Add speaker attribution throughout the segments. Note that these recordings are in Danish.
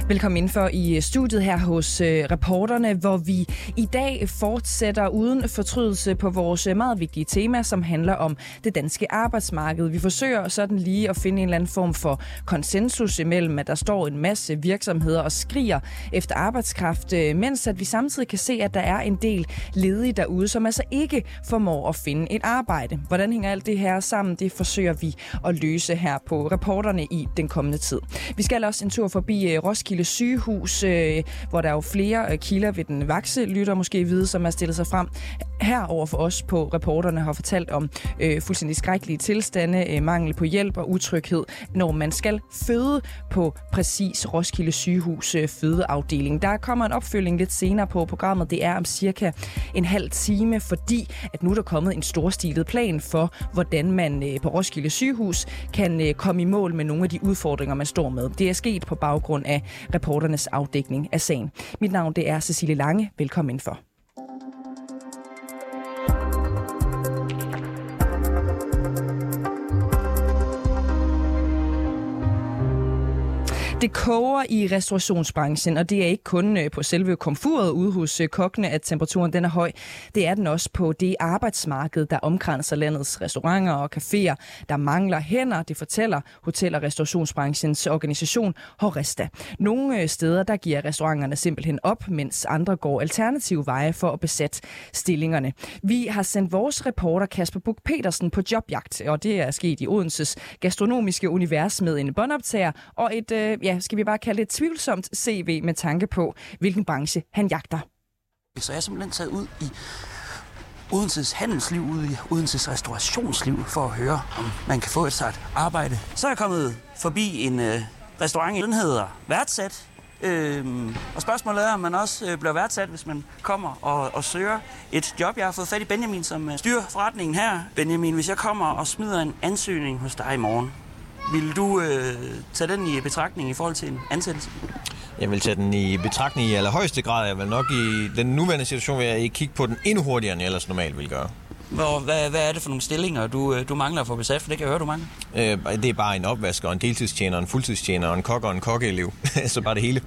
Speaker 1: Velkommen indenfor i studiet her hos reporterne, hvor vi i dag fortsætter uden fortrydelse på vores meget vigtige tema, som handler om det danske arbejdsmarked. Vi forsøger sådan lige at finde en eller anden form for konsensus imellem, at der står en masse virksomheder og skriger efter arbejdskraft, mens at vi samtidig kan se, at der er en del ledige derude, som altså ikke formår at finde et arbejde. Hvordan hænger alt det her sammen? Det forsøger vi at løse her på reporterne i den kommende tid. Vi skal også en tur forbi Roskilde Sygehus, hvor der er jo flere kilder ved den vakse lytter måske vide, som er stillet sig frem her over for os på reporterne, har fortalt om fuldstændig skrækkelige tilstande, mangel på hjælp og utryghed, når man skal føde på præcis Roskilde Sygehus fødeafdeling. Der kommer en opfølging lidt senere på programmet. Det er om cirka en halv time, fordi at nu er der kommet en storstilet plan for, hvordan man på Roskilde Sygehus kan komme i mål med nogle af de udfordringer, man står med. Det er sket på baggrund af reporternes afdækning af sagen. Mit navn det er Cecilie Lange. Velkommen indenfor. Det koger i restaurationsbranchen, og det er ikke kun på selve komfuret ude hos kokkene, at temperaturen den er høj. Det er den også på det arbejdsmarked, der omkranser landets restauranter og caféer. Der mangler hænder, det fortæller hotel- og restaurationsbranchens organisation Horesta. Nogle steder, der giver restauranterne simpelthen op, mens andre går alternative veje for at besætte stillingerne. Vi har sendt vores reporter Kasper Buch Petersen på jobjagt, og det er sket i Odenses gastronomiske univers med en båndoptager og et skal vi bare kalde det et tvivlsomt CV med tanke på, hvilken branche han jagter.
Speaker 2: Så jeg er simpelthen taget ud i Odenses handelsliv, ud i Odenses restaurationsliv, for at høre, om man kan få et sat arbejde. Så er jeg kommet forbi en restaurant, den hedder Værdsat. Og spørgsmålet er, om man også bliver værdsat, hvis man kommer og søger et job. Jeg har fået fat i Benjamin, som styrer forretningen her. Benjamin, hvis jeg kommer og smider en ansøgning hos dig i morgen, vil du tage den i betragtning i forhold til en ansættelse?
Speaker 3: Jeg vil tage den i betragtning i allerhøjeste grad. Jeg vil nok i den nuværende situation vil jeg kigge på den endnu hurtigere, end jeg ellers normalt vil gøre.
Speaker 2: Hvad er det for nogle stillinger, du mangler for besat? For det kan jeg høre, du mangler.
Speaker 3: Det er bare en opvasker, en deltidstjener, en fuldtidstjener, en kok og en kokkeelev. Så bare det hele.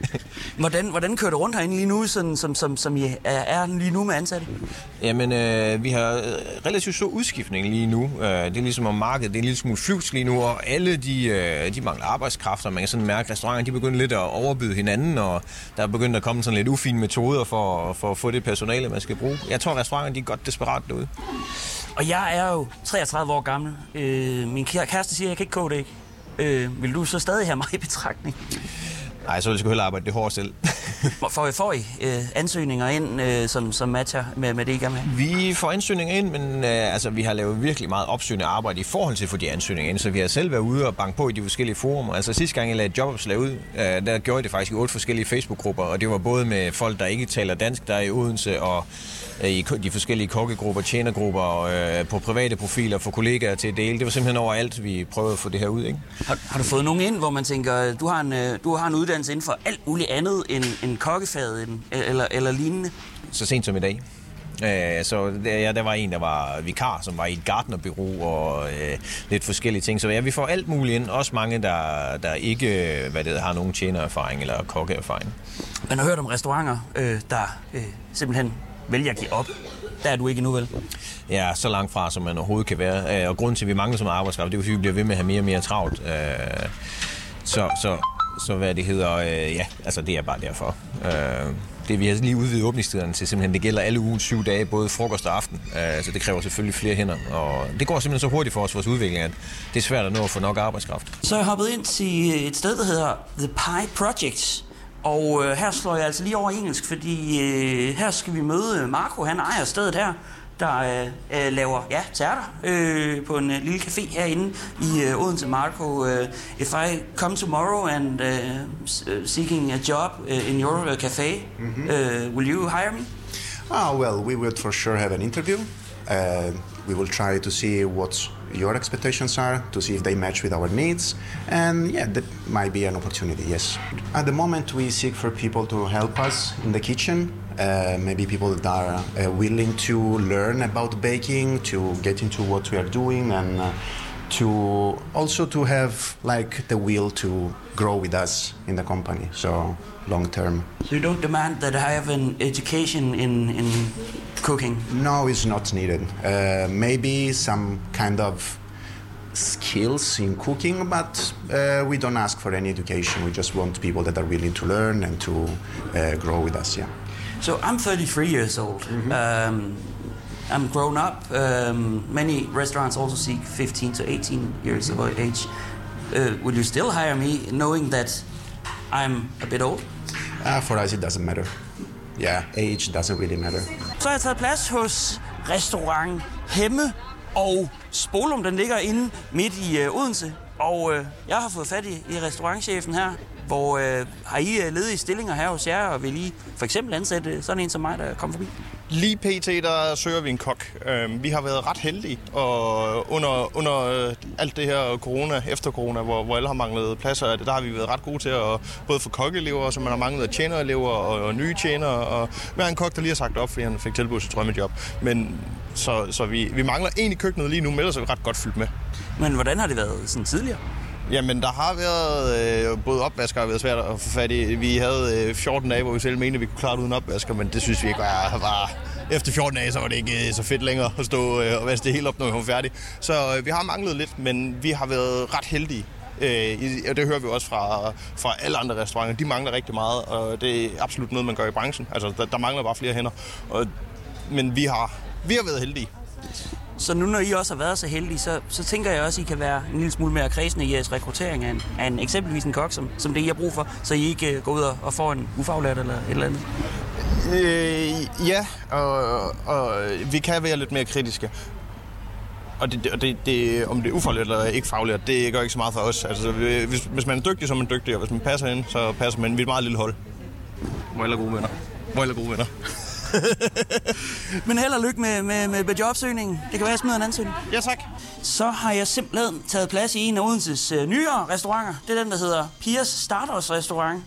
Speaker 2: Hvordan kører du rundt herinde lige nu, som I er lige nu med ansatte?
Speaker 3: Jamen, vi har relativt stor udskiftning lige nu. Det er ligesom om markedet, det er en lille smule flyvs lige nu, og alle de mangler arbejdskraft, og man kan sådan mærke, at restauranterne de begynder lidt at overbyde hinanden, og der er begyndt at komme sådan lidt ufine metoder for at få det personale, man skal bruge. Jeg tror, restauranterne de er godt desperat derude.
Speaker 2: Og jeg er jo 33 år gammel. Min kæreste siger, at jeg kan ikke koge det, ikke? Vil du så stadig have mig i betragtning?
Speaker 3: Nej, så vil jeg sgu hellere arbejde det hårdt selv.
Speaker 2: Får I ansøgninger ind, som matcher med det, I gerne vil have?
Speaker 3: Vi får ansøgninger ind, men vi har lavet virkelig meget opsøgende arbejde i forhold til at få de ansøgninger ind, så vi har selv været ude og banke på i de forskellige forumer. Altså sidste gang, jeg lagde et jobopslag ud, der gjorde jeg det faktisk i 8 forskellige Facebook-grupper, og det var både med folk, der ikke taler dansk, der er i Odense, og i de forskellige kokkegrupper, tjenergrupper, på private profiler, for kollegaer til at dele. Det var simpelthen overalt, vi prøvede at få det her ud, ikke?
Speaker 2: Har du fået nogen ind, hvor man tænker, du har en uddannelse inden for alt muligt andet end kokkefaget eller lignende?
Speaker 3: Så sent som i dag. Så der var en, der var vikar, som var i et gartnerbureau og lidt forskellige ting. Så ja, vi får alt muligt ind. Også mange, der ikke har nogen tjenererfaring eller kokkeerfaring.
Speaker 2: Man har hørt om restauranter, der simpelthen vælger at give op. Der er du ikke endnu, vel?
Speaker 3: Ja, så langt fra, som man overhovedet kan være. Og grunden til, at vi mangler så meget arbejdskraft, det er, fordi vi bliver ved med at have mere og mere travlt. Så hvad det hedder, det er bare derfor. Vi har lige udvidet åbningstiderne til simpelthen, det gælder alle ugens 7 dage, både frokost og aften. Så det kræver selvfølgelig flere hænder. Og det går simpelthen så hurtigt for os, vores udvikling, at det er svært at nå at få nok arbejdskraft.
Speaker 2: Så er jeg hoppet ind til et sted, der hedder The Pie Project. Og her slår jeg altså lige over engelsk, fordi her skal vi møde Marco. Han ejer stedet her, der laver tærter på en lille café herinde i Odense. Marco, if I come tomorrow and seeking a job in your cafe, will you hire me?
Speaker 4: Well, we will for sure have an interview. We will try to see what your expectations are, to see if they match with our needs, and that might be an opportunity, yes. At the moment, we seek for people to help us in the kitchen, maybe people that are willing to learn about baking, to get into what we are doing, and to have like the will to grow with us in the company, so long term.
Speaker 2: So you don't demand that I have an education in cooking?
Speaker 4: No, it's not needed. Maybe some kind of skills in cooking, but we don't ask for any education. We just want people that are willing to learn and to grow with us, yeah.
Speaker 2: So I'm 33 years old. Mm-hmm. I'm grown up. Many restaurants also seek 15 to 18 years of age. Would you still hire me knowing that I'm a bit old?
Speaker 4: For us, it doesn't matter. Yeah, age doesn't really matter.
Speaker 2: Så har jeg taget plads hos restaurant Hemme og Spolum. Den ligger inde midt i Odense. Og jeg har fået fat i restaurantchefen her. Hvor har I ledige stillinger her hos jer, og vil I for eksempel ansætte sådan en som mig, der kommer forbi?
Speaker 5: Lige pt. Der søger vi en kok. Vi har været ret heldige, og under alt det her corona, efter corona, hvor alle har manglet pladser, der har vi været ret gode til at både få kokkeelever, som man har manglet tjenerelever og nye tjenere, og vi har en kok, der lige har sagt op, fordi han fik tilbudt sit drømmejob. Men så vi mangler en i køkkenet lige nu, men ellers er vi ret godt fyldt med.
Speaker 2: Men hvordan har det været sådan tidligere?
Speaker 5: Jamen, der har været både opvasker har været svært at få fat i. Vi havde 14 dage, hvor vi selv mente, at vi kunne klare det uden opvasker, men det synes vi ikke var... Efter 14 dage, så var det ikke så fedt længere at stå og vaske det hele op, når vi var færdige. Så vi har manglet lidt, men vi har været ret heldige. Og det hører vi også fra alle andre restauranter. De mangler rigtig meget, og det er absolut noget, man gør i branchen. Altså, der mangler bare flere hænder. Men vi har været heldige.
Speaker 2: Så nu når I også har været så heldige, så tænker jeg også, at I kan være en lille smule mere kredsende i jeres rekruttering af eksempelvis en kok, som det I har brug for, så I ikke går ud og får en ufaglært eller et eller andet.
Speaker 5: Ja, og vi kan være lidt mere kritiske. Og det, om det er ufaglært eller ikke faglært, det gør ikke så meget for os. Altså, hvis man er dygtig, så er man dygtig, og hvis man passer ind, så passer man. Vi er et meget lille hold. Hvor alle er gode venner.
Speaker 2: Men held og lykke med jobsøgningen. Det kan være, at jeg smider en ansøgning.
Speaker 5: Ja, tak.
Speaker 2: Så har jeg simpelthen taget plads i en af Odenses nyere restauranter. Det er den, der hedder Pias Starters Restaurant,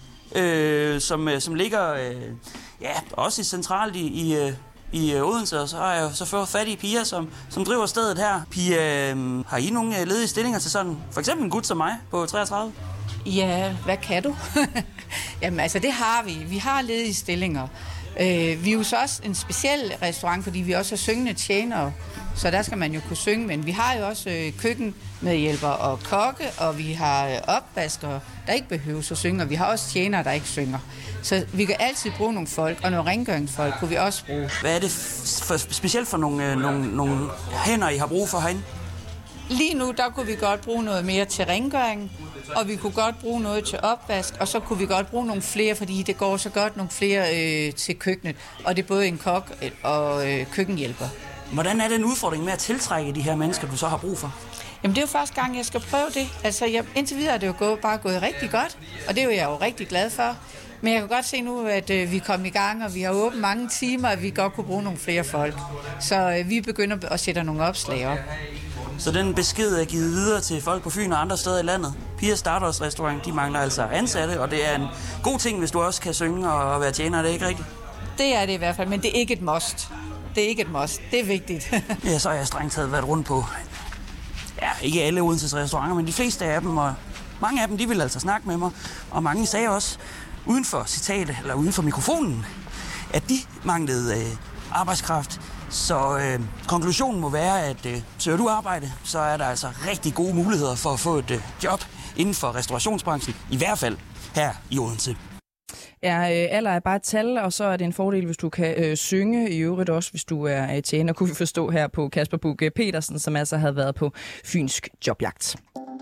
Speaker 2: som ligger også centralt i Odense. Og så har jeg så fået fat i Pia, som driver stedet her. Pia, har I nogle ledige stillinger til sådan, for eksempel en gut som mig på 33?
Speaker 6: Ja, hvad kan du? Jamen altså, det har vi. Vi har ledige stillinger. Vi er jo så også en speciel restaurant, fordi vi også har syngende tjenere, så der skal man jo kunne synge, men vi har jo også køkkenmedhjælper og kokke, og vi har opvaskere, der ikke behøver at synge, og vi har også tjenere, der ikke synger. Så vi kan altid bruge nogle folk, og nogle rengøringsfolk kunne vi også bruge.
Speaker 2: Hvad er det specielt for nogle hænder, I har brug for herinde?
Speaker 6: Lige nu, der kunne vi godt bruge noget mere til rengøring, og vi kunne godt bruge noget til opvask, og så kunne vi godt bruge nogle flere, fordi det går så godt nogle flere til køkkenet, og det er både en kok og køkkenhjælper. Hvordan er den udfordring med at tiltrække de her mennesker, du så har brug for? Jamen det er jo første gang, jeg skal prøve det. Altså indtil videre er det jo bare gået rigtig godt, og det er jo jeg jo rigtig glad for. Men jeg kan godt se nu, at vi er kommet i gang, og vi har åbent mange timer, at vi godt kunne bruge nogle flere folk. Så vi begynder at sætte nogle opslag op.
Speaker 2: Så den besked er givet videre til folk på Fyn og andre steder i landet. Pias Starters Restaurant, de mangler altså ansatte, og det er en god ting, hvis du også kan synge og være tjener. Er det ikke rigtigt?
Speaker 6: Det er det i hvert fald, men det er ikke et must. Det er vigtigt.
Speaker 2: Ja, så har jeg strengt taget været rundt på, ikke alle Odenses restauranter, men de fleste af dem, og mange af dem, de ville altså snakke med mig. Og mange sagde også, uden for mikrofonen, at de manglede arbejdskraft. Så konklusionen må være, at søger du arbejde, så er der altså rigtig gode muligheder for at få et job inden for restaurationsbranchen, i hvert fald her i Odense.
Speaker 1: Ja, alder er bare et tal, og så er det en fordel, hvis du kan synge. I øvrigt også, hvis du er tjener, kunne vi forstå her på Kasper Buch Petersen, som altså havde været på fynsk jobjagt.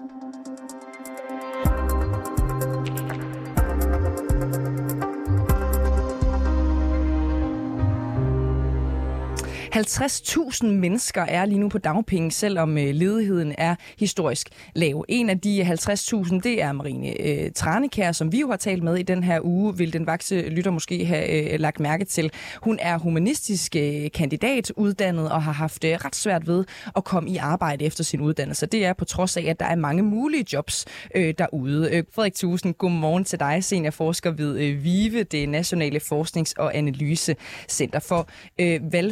Speaker 1: 50.000 mennesker er lige nu på dagpenge, selvom ledigheden er historisk lav. En af de 50.000, det er Marine Tranekær, som vi jo har talt med i den her uge, vil den vakse lytter måske have lagt mærke til. Hun er humanistisk kandidat, uddannet og har haft ret svært ved at komme i arbejde efter sin uddannelse. Det er på trods af, at der er mange mulige jobs derude. Frederik Thusen, godmorgen til dig, seniorforsker ved VIVE, det nationale forsknings- og analysecenter for velfærd, som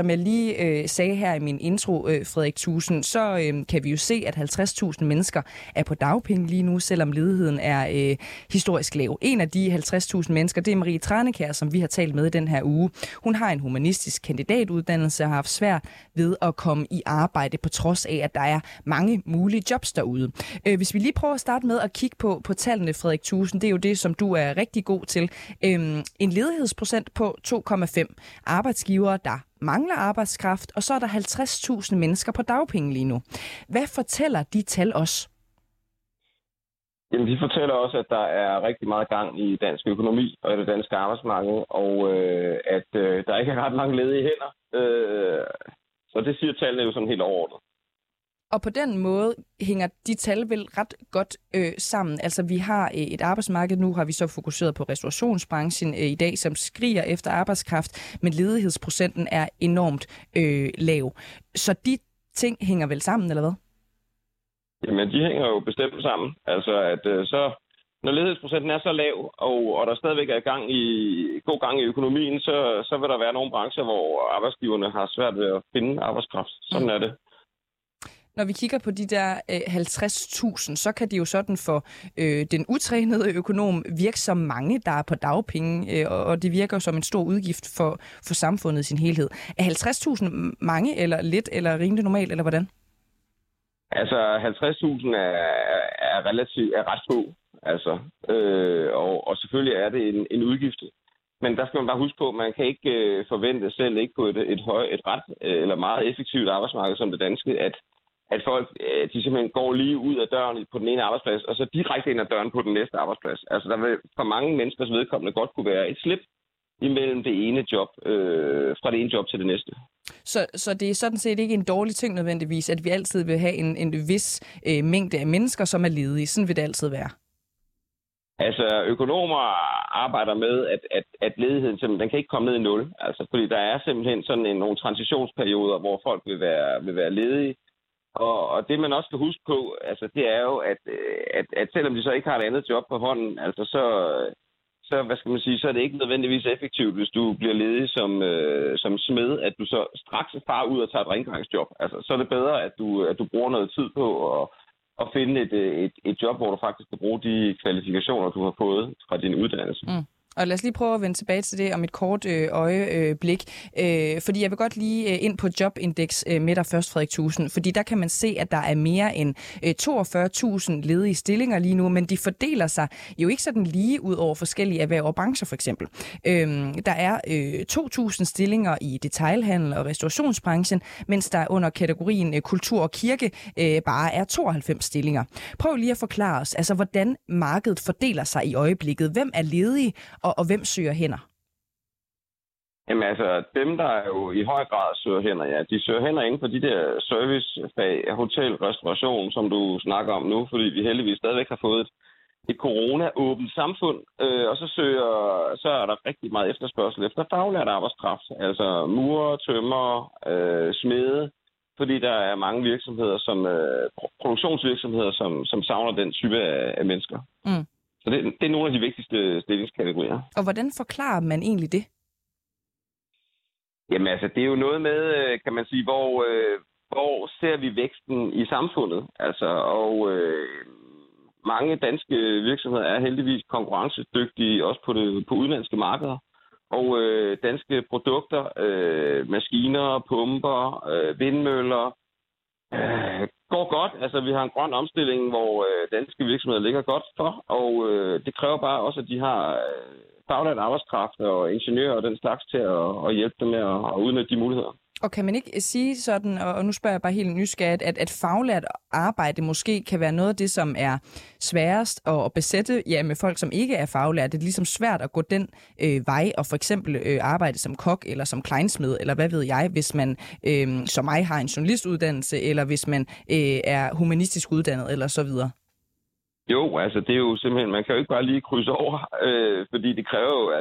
Speaker 1: som jeg lige sagde her i min intro, Frederik Thusen, så kan vi jo se, at 50.000 mennesker er på dagpenge lige nu, selvom ledigheden er historisk lav. En af de 50.000 mennesker, det er Marie Tranekjær, som vi har talt med i den her uge. Hun har en humanistisk kandidatuddannelse og har haft svært ved at komme i arbejde, på trods af, at der er mange mulige jobs derude. Hvis vi lige prøver at starte med at kigge på tallene, Frederik Thusen, det er jo det, som du er rigtig god til. En ledighedsprocent på 2,5. Arbejdsgivere, der mangler arbejdskraft, og så er der 50.000 mennesker på dagpenge lige nu. Hvad fortæller de tal os?
Speaker 7: Jamen, de fortæller også, at der er rigtig meget gang i dansk økonomi og i det danske arbejdsmarked, og at der ikke er ret mange ledige hænder. Så det siger tallene jo sådan helt overordnet.
Speaker 1: Og på den måde hænger de tal vel ret godt sammen. Altså vi har et arbejdsmarked, nu har vi så fokuseret på restaurationsbranchen i dag, som skriger efter arbejdskraft, men ledighedsprocenten er enormt lav. Så de ting hænger vel sammen, eller hvad? Jamen,
Speaker 7: de hænger jo bestemt sammen. Altså at når ledighedsprocenten er så lav, og der stadigvæk er god gang i økonomien, så vil der være nogle brancher, hvor arbejdsgiverne har svært ved at finde arbejdskraft. Sådan er det.
Speaker 1: Når vi kigger på de der 50.000, så kan det jo sådan for den utrænede økonom virke som mange, der er på dagpenge, og det virker som en stor udgift for samfundet i sin helhed. Er 50.000 mange, eller lidt, eller rimelig normalt, eller hvordan?
Speaker 7: Altså 50.000 er ret få, altså, og selvfølgelig er det en udgift. Men der skal man bare huske på, at man kan ikke forvente selv ikke på et ret eller meget effektivt arbejdsmarked som det danske, at folk de simpelthen går lige ud af døren på den ene arbejdsplads, og så direkte ind ad døren på den næste arbejdsplads. Altså der vil for mange menneskers vedkommende godt kunne være et slip imellem det ene job, fra det ene job til det næste.
Speaker 1: Så det er sådan set ikke en dårlig ting nødvendigvis, at vi altid vil have en vis mængde af mennesker, som er ledige. Sådan vil det altid være.
Speaker 7: Altså, økonomer arbejder med, at ledigheden simpelthen, den kan ikke komme ned i 0. Altså, fordi der er simpelthen sådan nogle transitionsperioder, hvor folk vil være ledige. Og det, man også skal huske på, altså, det er jo, at selvom de så ikke har et andet job på hånden, altså, så hvad skal man sige, så er det ikke nødvendigvis effektivt, hvis du bliver ledig som smed, at du så straks farer ud og tager et rengøringsjob. Altså, så er det bedre, at du bruger noget tid på at finde et job, hvor du faktisk kan bruge de kvalifikationer, du har fået fra din uddannelse. Mm.
Speaker 1: Og lad os lige prøve at vende tilbage til det om et kort øjeblik. Fordi jeg vil godt lige ind på Jobindex med dig først, Frederik Thusen. Fordi der kan man se, at der er mere end 42.000 ledige stillinger lige nu, men de fordeler sig jo ikke sådan lige ud over forskellige erhverv og brancher for eksempel. Der er 2.000 stillinger i detailhandel og restaurationsbranchen, mens der under kategorien kultur og kirke bare er 92 stillinger. Prøv lige at forklare os, altså hvordan markedet fordeler sig i øjeblikket. Hvem er ledige? Og hvem søger hænder?
Speaker 7: Jamen altså, dem der jo i høj grad søger hænder, ja, de søger hænder inden for de der servicefag, hotel, restauration, som du snakker om nu, fordi vi heldigvis stadigvæk har fået et corona-åbent samfund, og så er der rigtig meget efterspørgsel efter faglært arbejdskraft, altså murer, tømrer, smede, fordi der er mange virksomheder, produktionsvirksomheder, som savner den type af mennesker. Mm. Så det er nogle af de vigtigste stillingskategorier. Og hvordan
Speaker 1: forklarer man egentlig det?
Speaker 7: Jamen altså, det er jo noget med, kan man sige, hvor ser vi væksten i samfundet? Altså, og mange danske virksomheder er heldigvis konkurrencedygtige, også på udenlandske markeder. Og danske produkter, maskiner, pumper, vindmøller, går godt. Altså, vi har en grøn omstilling, hvor danske virksomheder ligger godt for, og det kræver bare også, at de har faglært arbejdskraft og ingeniører og den slags til at hjælpe dem med at udnytte de muligheder.
Speaker 1: Og kan man ikke sige sådan, og nu spørger jeg bare helt nysgerrigt, at faglært arbejde måske kan være noget af det, som er sværest at besætte med folk, som ikke er faglært. Det er ligesom svært at gå den vej og for eksempel arbejde som kok eller som kleinsmed, eller hvad ved jeg, hvis man som mig har en journalistuddannelse, eller hvis man er humanistisk uddannet, eller så videre.
Speaker 7: Jo, altså det er jo simpelthen, man kan jo ikke bare lige krydse over, fordi det kræver jo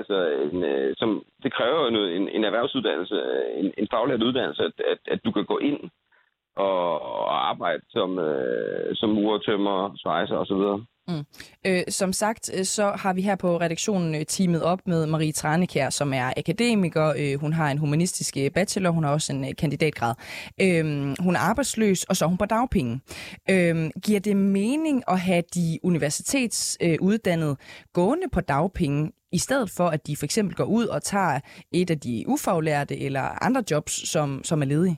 Speaker 7: en erhvervsuddannelse, en faglært uddannelse, at du kan gå ind og arbejde som murer, tømrer, svejser osv.
Speaker 1: Som sagt, så har vi her på redaktionen teamet op med Marie Tranekjær, som er akademiker. Hun har en humanistisk bachelor, hun har også en kandidatgrad. Hun er arbejdsløs, og så er hun på dagpenge. Giver det mening at have de universitetsuddannede gående på dagpenge, i stedet for at de for eksempel går ud og tager et af de ufaglærte eller andre jobs, som er ledige?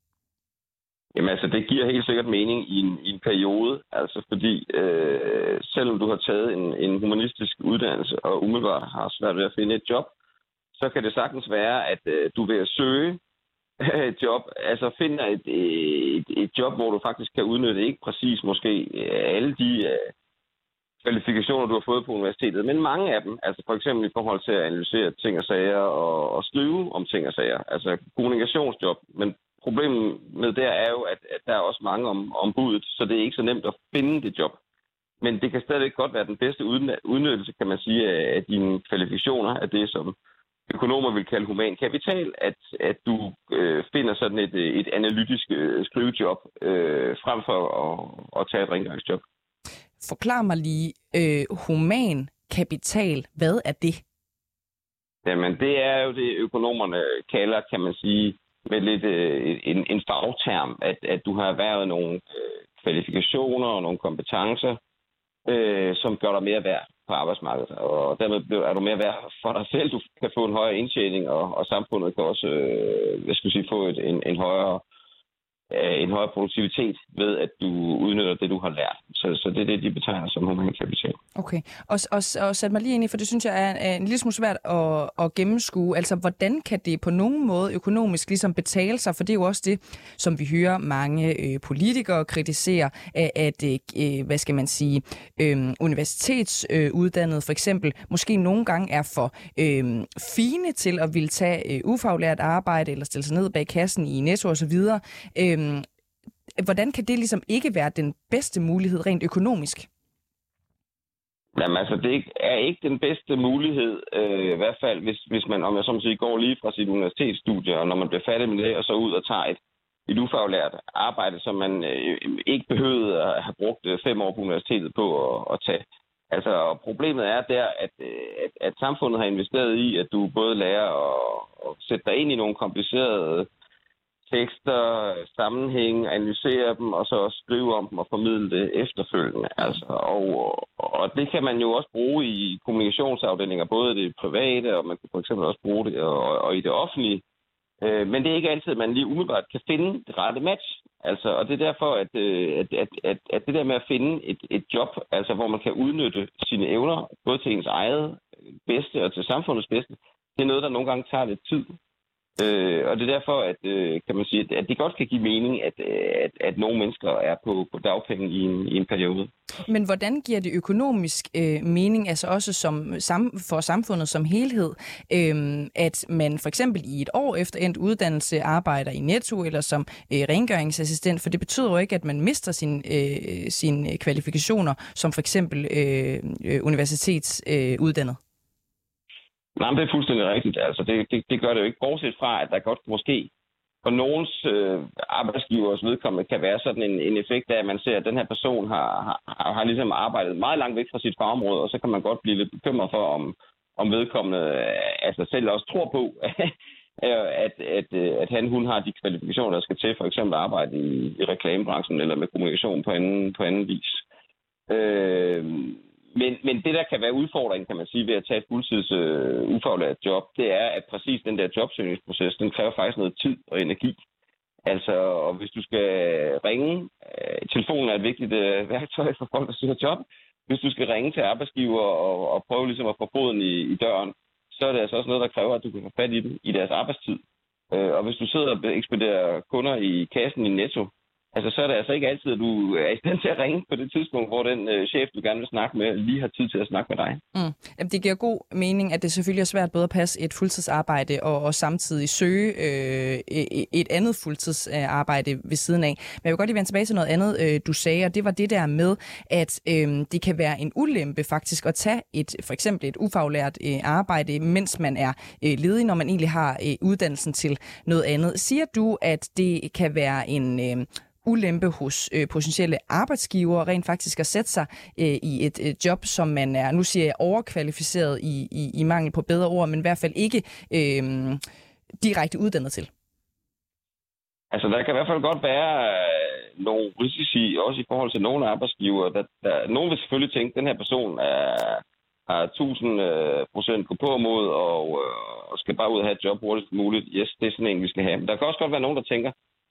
Speaker 7: Jamen altså, det giver helt sikkert mening i en periode, altså fordi selvom du har taget en humanistisk uddannelse og umiddelbart har svært ved at finde et job, så kan det sagtens være, at du ved at søge et job, altså finder et job, hvor du faktisk kan udnytte ikke præcis måske alle de kvalifikationer, du har fået på universitetet, men mange af dem, altså for eksempel i forhold til at analysere ting og sager og skrive om ting og sager, altså kommunikationsjob, men problemet med det er jo, at der er også mange om budet, så det er ikke så nemt at finde det job. Men det kan stadig godt være den bedste udnyttelse, kan man sige, af dine kvalifikationer, af det, som økonomer vil kalde human kapital, at du finder sådan et analytisk skrivejob, frem for at tage et rengøringsjob.
Speaker 1: Forklar mig lige, human kapital, hvad er det?
Speaker 7: Jamen, det er jo det, økonomerne kalder, kan man sige, med lidt en fagterm, at du har erhvervet nogle kvalifikationer og nogle kompetencer, som gør dig mere værd på arbejdsmarkedet. Og dermed er du mere værd for dig selv. Du kan få en højere indtjening, og samfundet kan også få en højere produktivitet ved, at du udnytter det, du har lært. Så det er det, de betegner som human kapital.
Speaker 1: Okay. Og sæt mig lige ind i, for det synes jeg er en lille smule svært at gennemskue. Altså, hvordan kan det på nogen måde økonomisk ligesom betale sig? For det er jo også det, som vi hører mange politikere kritisere, at hvad skal man sige, universitetsuddannede for eksempel måske nogle gange er for fine til at ville tage ufaglært arbejde eller stille sig ned bag kassen i Netto og så videre. Hvordan kan det ligesom ikke være den bedste mulighed rent økonomisk?
Speaker 7: Jamen altså, det er ikke den bedste mulighed, i hvert fald, hvis man, om jeg som siger, går lige fra sit universitetsstudie, og når man bliver færdig med det, og så ud og tager et ufaglært arbejde, som man ikke behøvede at have brugt 5 år på universitetet på at tage. Altså, problemet er der, at samfundet har investeret i, at du både lærer at sætte dig ind i nogle komplicerede tekster, sammenhæng, analysere dem, og så også skrive om dem og formidle det efterfølgende. Altså, og det kan man jo også bruge i kommunikationsafdelinger, både i det private, og man kan for eksempel også bruge det og i det offentlige. Men det er ikke altid, at man lige umiddelbart kan finde det rette match. Altså, og det er derfor, at det der med at finde et job, altså hvor man kan udnytte sine evner, både til ens eget bedste og til samfundets bedste, det er noget, der nogle gange tager lidt tid. Og det er derfor, at kan man sige, at det godt kan give mening, at nogle mennesker er på dagpenge i en periode.
Speaker 1: Men hvordan giver det økonomisk mening, altså også for samfundet som helhed, at man for eksempel i et år efter endt uddannelse arbejder i Netto eller som rengøringsassistent, for det betyder jo ikke, at man mister sine kvalifikationer som for eksempel universitetsuddannet.
Speaker 7: Nej, men det er fuldstændig rigtigt. Altså, det gør det jo ikke, bortset fra, at der godt måske for nogens arbejdsgivers vedkommende kan være sådan en effekt af, at man ser, at den her person har ligesom arbejdet meget langt væk fra sit fagområde, og så kan man godt blive lidt bekymret for, om vedkommende altså selv også tror på, at hun har de kvalifikationer, der skal til, for eksempel arbejde i reklamebranchen eller med kommunikation på anden vis. Men det, der kan være udfordringen, kan man sige, ved at tage et fuldtids ufaglært job, det er, at præcis den der jobsøgningsproces, den kræver faktisk noget tid og energi. Altså, og hvis du skal ringe, telefonen er et vigtigt værktøj for folk, der søger job. Hvis du skal ringe til arbejdsgiver og prøve ligesom at få foden i døren, så er det altså også noget, der kræver, at du kan få fat i dem i deres arbejdstid. Og hvis du sidder og ekspederer kunder i kassen i Netto, altså, så er det altså ikke altid, at du er i stand til at ringe på det tidspunkt, hvor den chef, du gerne vil snakke med, lige har tid til at snakke med dig.
Speaker 1: Jamen, det giver god mening, at det selvfølgelig er svært både at passe et fuldtidsarbejde og samtidig søge et andet fuldtidsarbejde ved siden af. Men jeg vil godt lige vende tilbage til noget andet, du sagde, og det var det der med, at det kan være en ulempe faktisk at tage for eksempel et ufaglært arbejde, mens man er ledig, når man egentlig har uddannelsen til noget andet. Siger du, at det kan være en ulempe hos potentielle arbejdsgivere rent faktisk at sætte sig i et job, som man er, nu siger jeg, overkvalificeret i mangel på bedre ord, men i hvert fald ikke direkte uddannet til?
Speaker 7: Altså, der kan i hvert fald godt være nogle risici, også i forhold til nogle arbejdsgivere. Nogen vil selvfølgelig tænke, at den her person har 1000% gå på mod og skal bare ud og have et job hurtigst muligt. Yes, det er sådan en, vi skal have. Men der kan også godt være nogen, der tænker,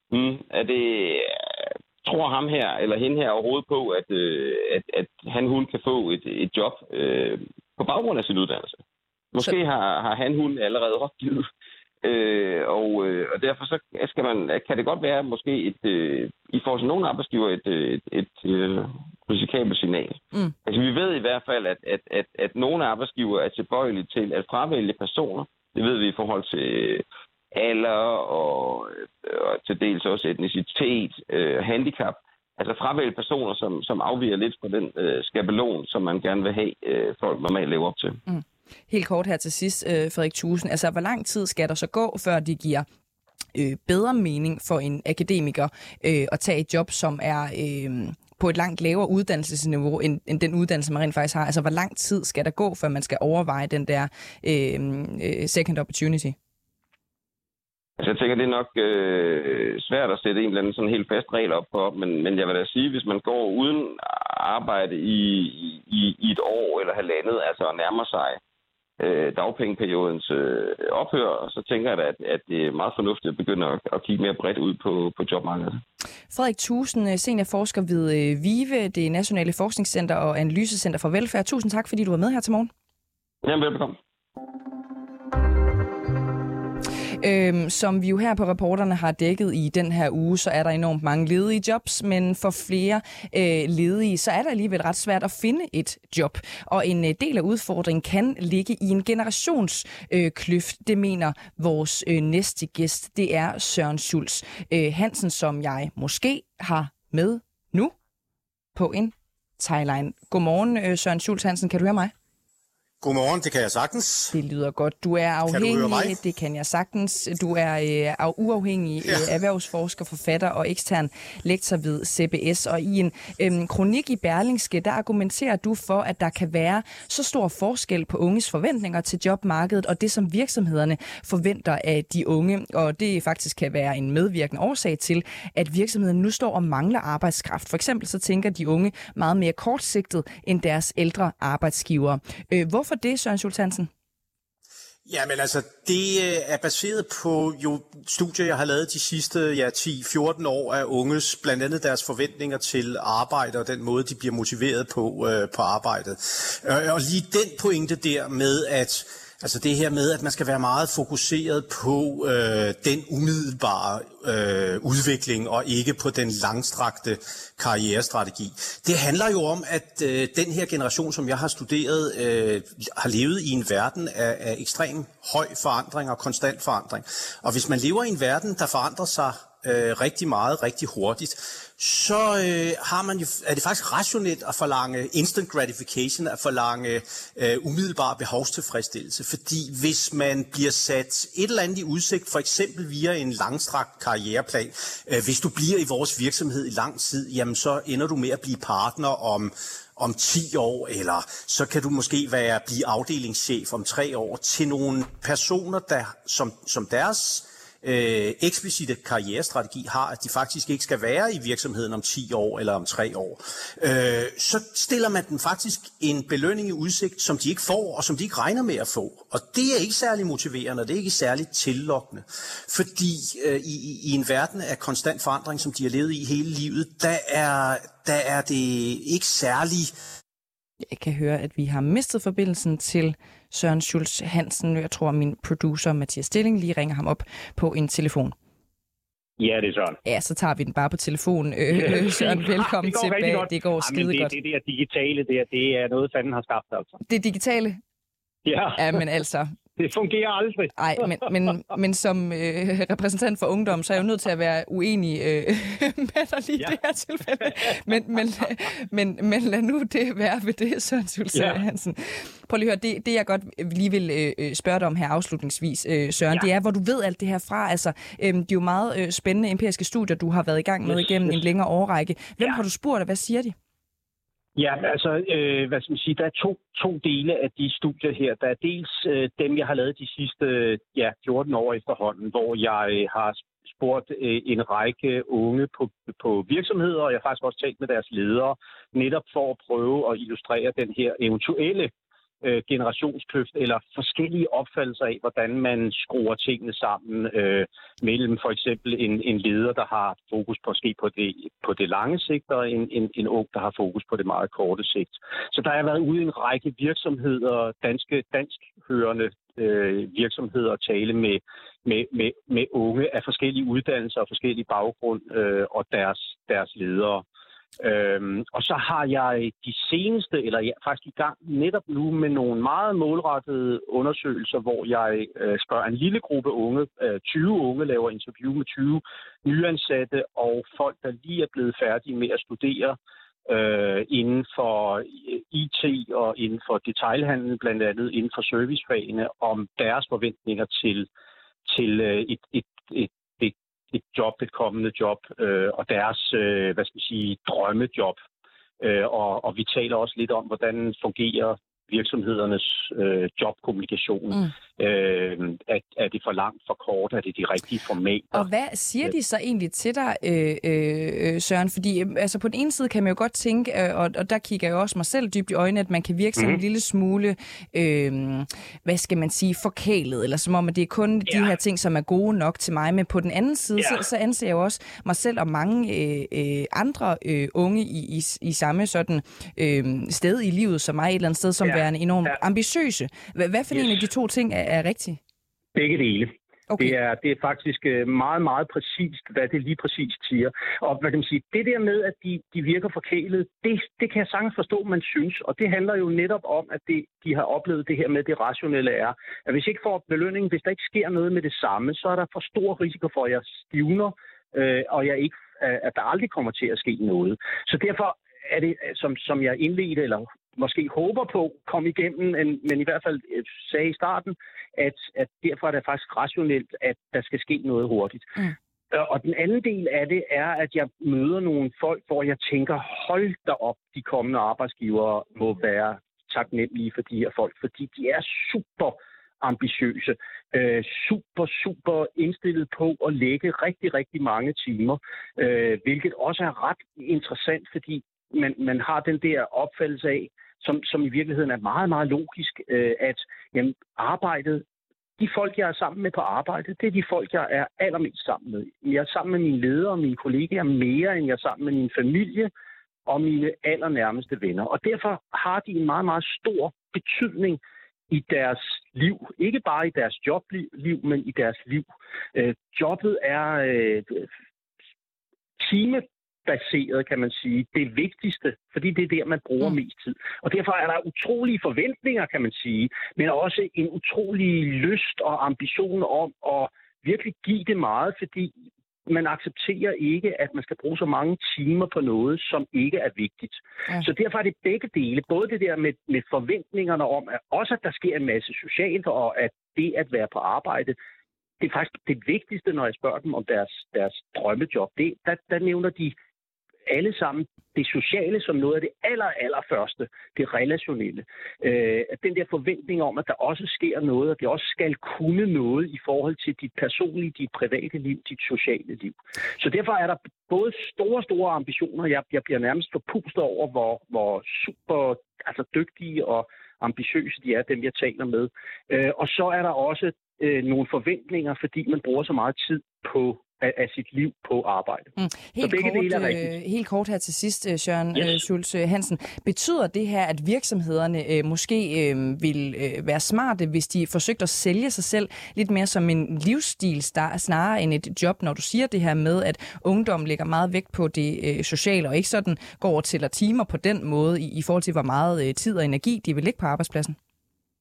Speaker 7: tror ham her eller hende her overhovedet på, at hun kan få et job på baggrund af sin uddannelse. Måske har hun allerede opgivet. Og derfor så kan det godt være måske i forhold til nogle arbejdsgiver et risikabelt signal. Altså vi ved i hvert fald, at nogle arbejdsgiver er tilbøjelige til at fravælge personer. Det ved vi i forhold til alder og til dels også etnicitet, handicap. Altså fravælge personer, som afviger lidt fra den skabelon, som man gerne vil have folk normalt leve op til.
Speaker 1: Helt kort her til sidst, Frederik Thuesen. Altså, hvor lang tid skal der så gå, før det giver bedre mening for en akademiker at tage et job, som er på et langt lavere uddannelsesniveau end den uddannelse, man rent faktisk har? Altså, hvor lang tid skal der gå, før man skal overveje den der second opportunity?
Speaker 7: Altså, jeg tænker, det er nok svært at sætte en eller anden sådan helt fast regel op på, men jeg vil da sige, hvis man går uden arbejde i et år eller halvandet, altså nærmer sig dagpengeperiodens ophør, så tænker jeg da, at det er meget fornuftigt at begynde at kigge mere bredt ud på jobmarkedet. Frederik
Speaker 1: Thuesen, seniorforsker ved VIVE, det Nationale Forskningscenter og Analysecenter for Velfærd. Tusind tak, fordi du var med her til morgen.
Speaker 7: Jamen, velbekomme.
Speaker 1: Som vi jo her på Reporterne har dækket i den her uge, så er der enormt mange ledige jobs, men for flere ledige, så er det alligevel ret svært at finde et job. Og en del af udfordringen kan ligge i en generationskløft. Det mener vores næste gæst. Det er Søren Schultz Hansen, som jeg måske har med nu på en Thailand. Godmorgen, Søren Schultz Hansen. Kan du høre mig?
Speaker 8: Godmorgen, det kan jeg sagtens.
Speaker 1: Det lyder godt. Du er afhængig, det kan jeg sagtens. Du er uafhængig erhvervsforsker, forfatter og ekstern lektor ved CBS. Og i en kronik i Berlingske, der argumenterer du for, at der kan være så stor forskel på unges forventninger til jobmarkedet, og det som virksomhederne forventer af de unge. Og det faktisk kan være en medvirkende årsag til, at virksomhederne nu står og mangler arbejdskraft. For eksempel så tænker de unge meget mere kortsigtet end deres ældre arbejdsgivere. Hvorfor det, Søren Schultz Hansen?
Speaker 8: Jamen altså, det er baseret på studier, jeg har lavet de sidste 10-14 år af unges, blandt andet deres forventninger til arbejde og den måde, de bliver motiveret på arbejdet. Og lige den pointe der med, at altså det her med, at man skal være meget fokuseret på den umiddelbare udvikling og ikke på den langstrakte karrierestrategi. Det handler jo om, at den her generation, som jeg har studeret, har levet i en verden af ekstrem høj forandring og konstant forandring. Og hvis man lever i en verden, der forandrer sig rigtig meget, rigtig hurtigt, så er det faktisk rationelt at forlange instant gratification, at forlange umiddelbar behovstilfredsstillelse. Fordi hvis man bliver sat et eller andet i udsigt, for eksempel via en langstrakt karriereplan, hvis du bliver i vores virksomhed i lang tid, jamen så ender du med at blive partner om 10 år, eller så kan du måske blive afdelingschef om 3 år til nogle personer, der som deres eksplicite karrierestrategi har, at de faktisk ikke skal være i virksomheden om 10 år eller om 3 år, så stiller man dem faktisk en belønning i udsigt, som de ikke får, og som de ikke regner med at få. Og det er ikke særlig motiverende, og det er ikke særlig tillokkende. Fordi i en verden af konstant forandring, som de har levet i hele livet, der er det ikke særlig.
Speaker 1: Jeg kan høre, at vi har mistet forbindelsen til Søren Schultz Hansen. Jeg tror, at min producer Mathias Stilling lige ringer ham op på en telefon.
Speaker 9: Ja, det er Søren.
Speaker 1: Ja, så tager vi den bare på telefonen. Søren, velkommen tilbage. Det går skide godt.
Speaker 9: Det digitale, det er noget, fanden har skabt, altså.
Speaker 1: Det digitale?
Speaker 9: Ja.
Speaker 1: Ja, men altså,
Speaker 9: Det fungerer aldrig.
Speaker 1: Nej, men som repræsentant for ungdom, så er jeg jo nødt til at være uenig med dig lige i det her tilfælde. Men lad nu det være ved det, Søren Schultze Hansen. Prøv lige at høre, det jeg godt lige vil spørge dig om her afslutningsvis, Søren, det er, hvor du ved alt det her fra. Altså, det er jo meget spændende empiriske studier, du har været i gang med igennem en længere årrække. Hvem har du spurgt, og hvad siger de?
Speaker 9: Ja, altså, hvad skal man sige, der er to dele af de studier her. Der er dels dem, jeg har lavet de sidste 14 år efterhånden, hvor jeg har spurgt en række unge på virksomheder, og jeg har faktisk også talt med deres ledere, netop for at prøve at illustrere den her eventuelle generationskløft eller forskellige opfattelser af, hvordan man skruer tingene sammen mellem for eksempel en leder, der har fokus på det lange sigt, og en ung, der har fokus på det meget korte sigt. Så der har været ude i en række virksomheder, danskhørende virksomheder, at tale med unge af forskellige uddannelser og forskellige baggrund og deres ledere. Og så har jeg de seneste, eller jeg er faktisk i gang netop nu med nogle meget målrettede undersøgelser, hvor jeg spørger en lille gruppe unge, 20 unge, laver interview med 20 nyansatte og folk, der lige er blevet færdige med at studere inden for IT og inden for detailhandel, blandt andet inden for servicefagene, om deres forventninger til et job, et kommende job, og deres, drømmejob. Og vi taler også lidt om, hvordan fungerer virksomhedernes jobkommunikation. Er det for langt, for kort? Er det de rigtige formater?
Speaker 1: Og hvad siger de så egentlig til dig, Søren? Fordi altså, på den ene side kan man jo godt tænke, og der kigger jeg også mig selv dybt i øjnene, at man kan virke sådan en lille smule, hvad skal man sige, forkælet, eller som om, at det er kun de her ting, som er gode nok til mig. Men på den anden side, så anser jeg jo også mig selv og mange andre unge i samme sådan sted i livet som mig, et eller andet sted, som værende enormt ambitiøse. Hvad for en af de to ting er rigtigt?
Speaker 9: Begge dele.
Speaker 1: Okay.
Speaker 9: Det er faktisk meget, meget præcist, hvad det lige præcist siger. Og hvad kan man sige, det der med, at de virker forkælet, det kan jeg sagtens forstå, man synes. Og det handler jo netop om, at de har oplevet det her med, det rationelle er, at hvis jeg ikke får belønning, hvis der ikke sker noget med det samme, så er der for stor risiko for, at jeg stivner, og at der aldrig kommer til at ske noget. Så derfor er det, som jeg indledte, eller måske håber på, kom igennem, men i hvert fald sagde i starten, at derfor er det faktisk rationelt, at der skal ske noget hurtigt. Og den anden del af det er, at jeg møder nogle folk, hvor jeg tænker, hold da op, de kommende arbejdsgivere må være taknemmelige for de her folk, fordi de er super ambitiøse, super indstillet på at lægge rigtig, rigtig mange timer, hvilket også er ret interessant, fordi man har den der opfattelse af, som i virkeligheden er meget, meget logisk, at arbejdet, de folk, jeg er sammen med på arbejdet, det er de folk, jeg er allermest sammen med. Jeg er sammen med mine ledere og mine kollegaer mere, end jeg er sammen med min familie og mine allernærmeste venner. Og derfor har de en meget, meget stor betydning i deres liv. Ikke bare i deres jobliv, men i deres liv. Jobbet er timebaseret, kan man sige, det vigtigste, fordi det er der, man bruger mest tid. Og derfor er der utrolige forventninger, kan man sige, men også en utrolig lyst og ambition om at virkelig give det meget, fordi man accepterer ikke, at man skal bruge så mange timer på noget, som ikke er vigtigt. Ja. Så derfor er det begge dele. Både det der med forventningerne om, at også at der sker en masse socialt, og at det at være på arbejde, det er faktisk det vigtigste, når jeg spørger dem om deres drømmejob. Der nævner de alle sammen det sociale som noget af det allerførste, det relationelle. Den der forventning om, at der også sker noget, og det også skal kunne noget i forhold til dit personlige, dit private liv, dit sociale liv. Så derfor er der både store ambitioner. Jeg bliver nærmest forpustet over, hvor super dygtige og ambitiøse de er, dem jeg taler med. Og så er der også nogle forventninger, fordi man bruger så meget tid af sit liv på arbejde.
Speaker 1: Helt kort her til sidst, Søren Schultze Hansen. Betyder det her, at virksomhederne måske vil være smarte, hvis de forsøgte at sælge sig selv lidt mere som en livsstil snarere end et job, når du siger det her med, at ungdom lægger meget vægt på det sociale, og ikke sådan går over til timer på den måde i forhold til, hvor meget tid og energi de vil lægge på arbejdspladsen?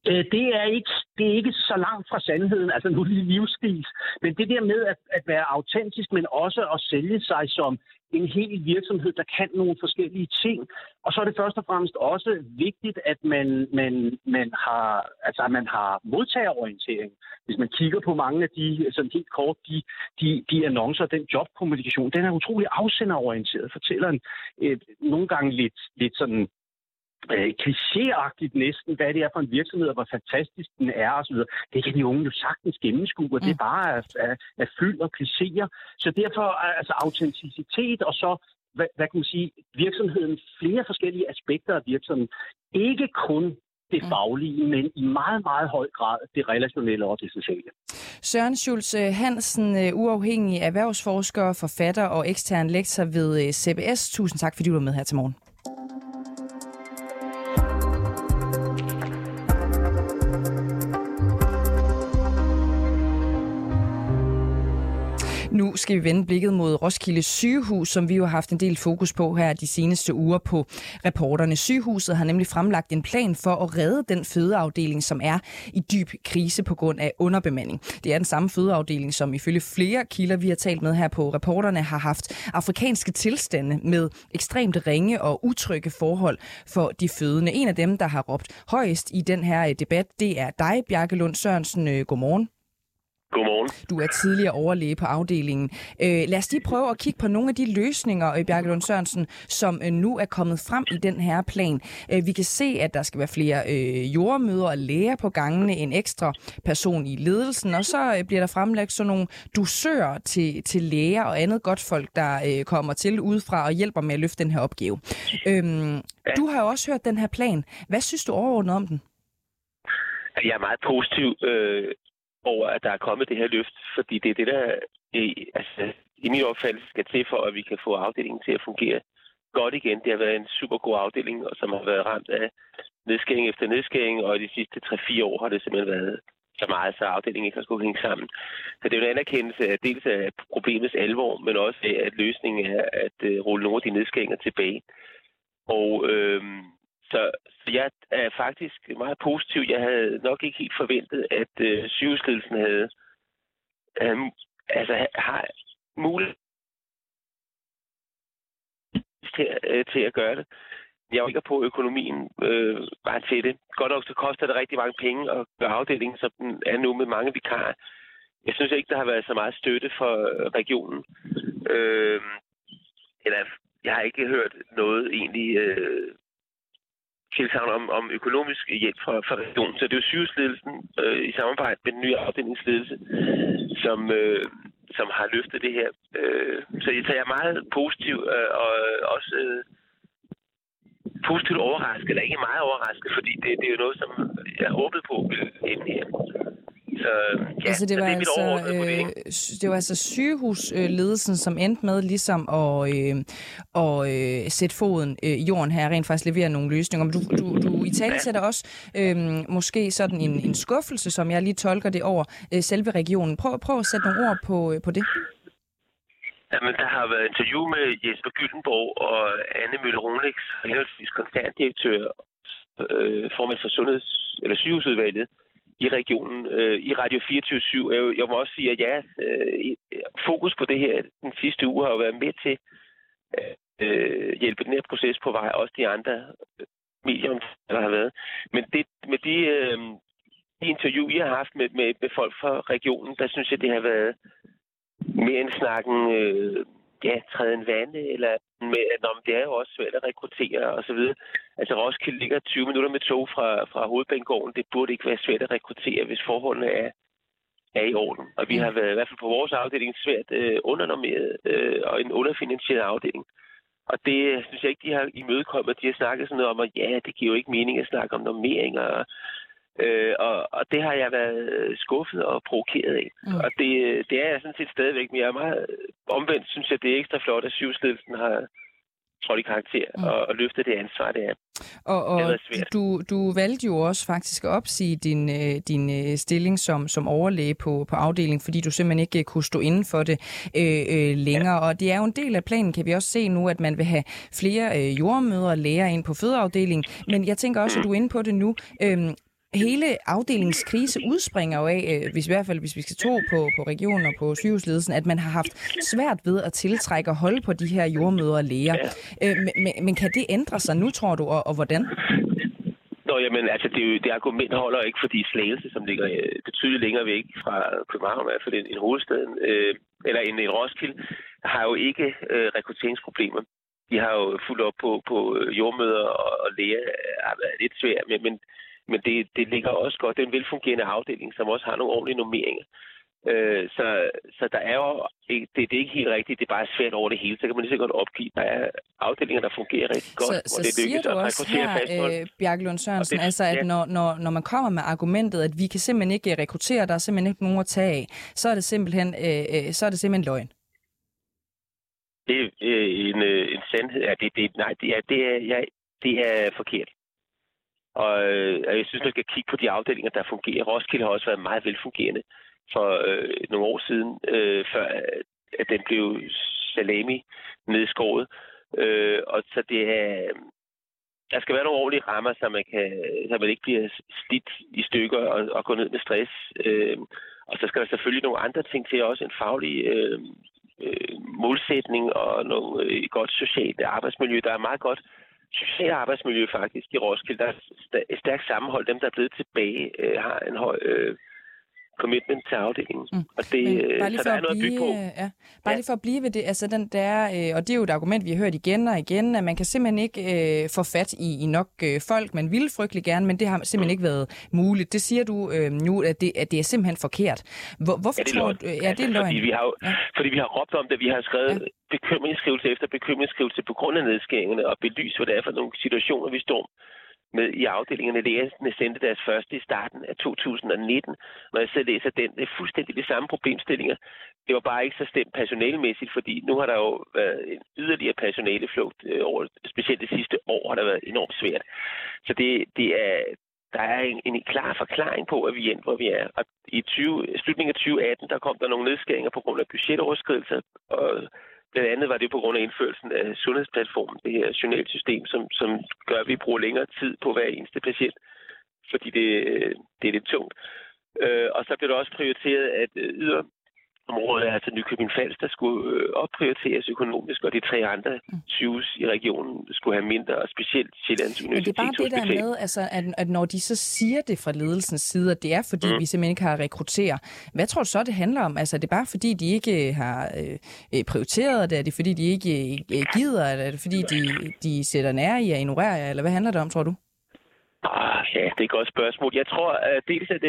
Speaker 9: Det er ikke så langt fra sandheden, altså nu lige livsstil. Men det der med at være autentisk, men også at sælge sig som en hel virksomhed, der kan nogle forskellige ting. Og så er det først og fremmest også vigtigt, at man har modtagerorientering. Hvis man kigger på mange af de, sådan helt kort, de annoncer, den jobkommunikation, den er utrolig afsenderorienteret. Fortæller nogle gange lidt sådan klichéagtigt næsten, hvad det er for en virksomhed, og hvor fantastisk den er osv. Det kan de unge jo sagtens gennemskue, og det er bare at fylde og klichéer. Så derfor altså autenticitet, og så, hvad kan man sige, virksomheden, flere forskellige aspekter af virksomheden. Ikke kun det faglige, men i meget, meget høj grad det relationelle og det sociale.
Speaker 1: Søren Schultz Hansen, uafhængig erhvervsforsker, forfatter og ekstern lektor ved CBS. Tusind tak, fordi du var med her til morgen. Nu skal vi vende blikket mod Roskilde Sygehus, som vi jo har haft en del fokus på her de seneste uger på Reporterne. Sygehuset har nemlig fremlagt en plan for at redde den fødeafdeling, som er i dyb krise på grund af underbemanding. Det er den samme fødeafdeling, som ifølge flere kilder, vi har talt med her på Reporterne, har haft afrikanske tilstande med ekstremt ringe og utrygge forhold for de fødende. En af dem, der har råbt højest i den her debat, det er dig, Bjarke Lund Sørensen. Godmorgen.
Speaker 10: Godmorgen.
Speaker 1: Du er tidligere overlæge på afdelingen. Lad os lige prøve at kigge på nogle af de løsninger, Bjarke Lund Sørensen, som nu er kommet frem i den her plan. Vi kan se, at der skal være flere jordemødre og læger på gangene, en ekstra person i ledelsen, og så bliver der fremlagt sådan nogle dusører til læger og andet godt folk, der kommer til udefra og hjælper med at løfte den her opgave. Du har jo også hørt den her plan. Hvad synes du overordnet om den?
Speaker 10: Jeg er meget positiv over, at der er kommet det her løft, fordi det er det, der i min opfattelse skal til for, at vi kan få afdelingen til at fungere godt igen. Det har været en super god afdeling, og som har været ramt af nedskæring efter nedskæring, og i de sidste 3-4 år har det simpelthen været så meget, så afdelingen ikke har skulle hænge sammen. Så det er jo en anerkendelse af dels af problemets alvor, men også af, at løsningen er at rulle nogle af de nedskæringer tilbage. Og Så jeg er faktisk meget positiv. Jeg havde nok ikke helt forventet, at sygehusledelsen har mulighed til at gøre det. Jeg ikke på økonomien bare til det. Godt nok så koster det rigtig mange penge at gøre afdelingen, som den er nu med mange vikarer. Jeg synes ikke, der har været så meget støtte for regionen. Jeg har ikke hørt noget egentlig tilsagn om økonomisk hjælp fra regionen. Så det er jo sygehusledelsen i samarbejde med den nye afdelingsledelse, som har løftet det her. Så jeg er meget positiv og også positivt overrasket, eller ikke meget overrasket, fordi det er jo noget, som jeg har håbet på inden her. Så, ja,
Speaker 1: altså det var altså sygehusledelsen, som endte med ligesom at sætte foden i jorden her, rent faktisk levere nogle løsninger. Men du i tale sætter også måske sådan en skuffelse, som jeg lige tolker det over selve regionen. Prøv at sætte nogle ord på det.
Speaker 10: Jamen, der har været interview med Jesper Gyldenborg og Anne Møller-Ronix, henholdsvis koncerndirektør, formand for sygehusudvalget i regionen. I Radio 24/7. Jeg må også sige, at jeres fokus på det her den sidste uge har jo været med til at hjælpe den her proces på vej, også de andre medier, der har været. Men med de interview, I har haft med folk fra regionen, der synes jeg, det har været mere end snakken træde en vande, eller med, at det er jo også svært at rekruttere og så videre. Altså Roskilde ligger 20 minutter med tog fra Hovedbanegården. Det burde ikke være svært at rekruttere, hvis forholdene er i orden. Og vi har været i hvert fald på vores afdeling svært undernormeret og en underfinansieret afdeling. Og det synes jeg ikke, de har imødekommet. De har snakket sådan noget om, at det giver jo ikke mening at snakke om normeringer og det har jeg været skuffet og provokeret af. Og det er jeg sådan set stadigvæk, men jeg er meget omvendt, synes jeg, det er ekstra flot, at sygehusledelsen har trådt i karakter og løftet det ansvar, det er.
Speaker 1: Og du valgte jo også faktisk at opsige din stilling som overlæge på afdelingen, fordi du simpelthen ikke kunne stå inden for det længere. Ja. Og det er jo en del af planen, kan vi også se nu, at man vil have flere jordemødre og læger ind på fødeafdelingen. Men jeg tænker også, at du er inde på det nu. hele afdelingskrise udspringer jo af, hvis vi skal tro på regionen og på sygehusledelsen, at man har haft svært ved at tiltrække og holde på de her jordemødre og læger. Men kan det ændre sig nu, tror du, og hvordan?
Speaker 10: Jamen, altså, det argument holder ikke, fordi Slagelse, som ligger betydeligt længere væk fra København, i hvert fald en hovedstaden, eller en Roskilde, har jo ikke rekrutteringsproblemer. De har jo fuldt op på jordmøder og læger, har været lidt svært, men det ligger også godt. Det er en velfungerende afdeling, som også har nogle ordentlige normeringer. Så der er jo, det er ikke helt rigtigt, det er bare svært over det hele, så kan man lige så godt opgive. Der er afdelinger, der fungerer rigtig godt.
Speaker 1: Så det siger du også her, Bjarke Lund Sørensen, altså at når man kommer med argumentet, at vi kan simpelthen ikke rekruttere, der er simpelthen ikke nogen at tage af, så er det simpelthen løgn.
Speaker 10: Det er en sandhed. Det er forkert. Og jeg synes, man skal kigge på de afdelinger, der fungerer. Roskilde har også været meget velfungerende for nogle år siden, før at den blev salami nedskåret. Og så det er... Der skal være nogle ordentlige rammer, så man ikke bliver slidt i stykker og går ned med stress. Og så skal der selvfølgelig nogle andre ting til, også en faglig målsætning og noget godt socialt arbejdsmiljø. Der er meget godt socialt arbejdsmiljø faktisk i Roskilde. Der er et stærkt sammenhold. Dem, der er blevet tilbage, har en høj commitment til afdelingen. Og det, så der er noget at bygge på.
Speaker 1: Bare lige for at blive ved det, altså den der, og det er jo et argument, vi har hørt igen og igen, at man kan simpelthen ikke få fat i nok folk, man ville frygtelig gerne, men det har simpelthen ikke været muligt. Det siger du nu, at det er simpelthen forkert. Hvorfor tror du? Ja, det er løgn.
Speaker 10: Fordi vi har råbt om det, vi har skrevet bekymringsskrivelse efter bekymringsskrivelse på grund af nedskæringerne og belyst, hvad det er for nogle situationer, vi står med i afdelingerne. Lægerne sendte deres første i starten af 2019. Når jeg selv læser den, det er fuldstændig de samme problemstillinger. Det var bare ikke så stemt personalemæssigt, fordi nu har der jo været en yderligere personaleflugt over, specielt det sidste år har der været enormt svært. Så der er en klar forklaring på, at vi er endt, hvor vi er. Og i slutningen af 2018, der kom der nogle nedskæringer på grund af budgetoverskridelser, og blandt andet var det på grund af indførelsen af sundhedsplatformen, det her journalsystem, som gør, at vi bruger længere tid på hver eneste patient, fordi det er lidt tungt. Og så blev der også prioriteret, at yderområdet, altså Nykøbing Falster, skulle opprioriteres økonomisk, og de 3 andre sygehus i regionen skulle have mindre, og specielt Sjællands Universitetshospital.
Speaker 1: Men det er bare det der med, altså, at når de så siger det fra ledelsens side, at det er fordi, vi simpelthen ikke har rekrutteret. Hvad tror du så, det handler om? Altså, er det bare fordi, de ikke har prioriteret det? Er det fordi, de ikke gider? Eller er det fordi, de sætter nær i at ignorere jer? Eller hvad handler det om, tror du?
Speaker 10: Ja, det er et godt spørgsmål. Jeg tror dels, at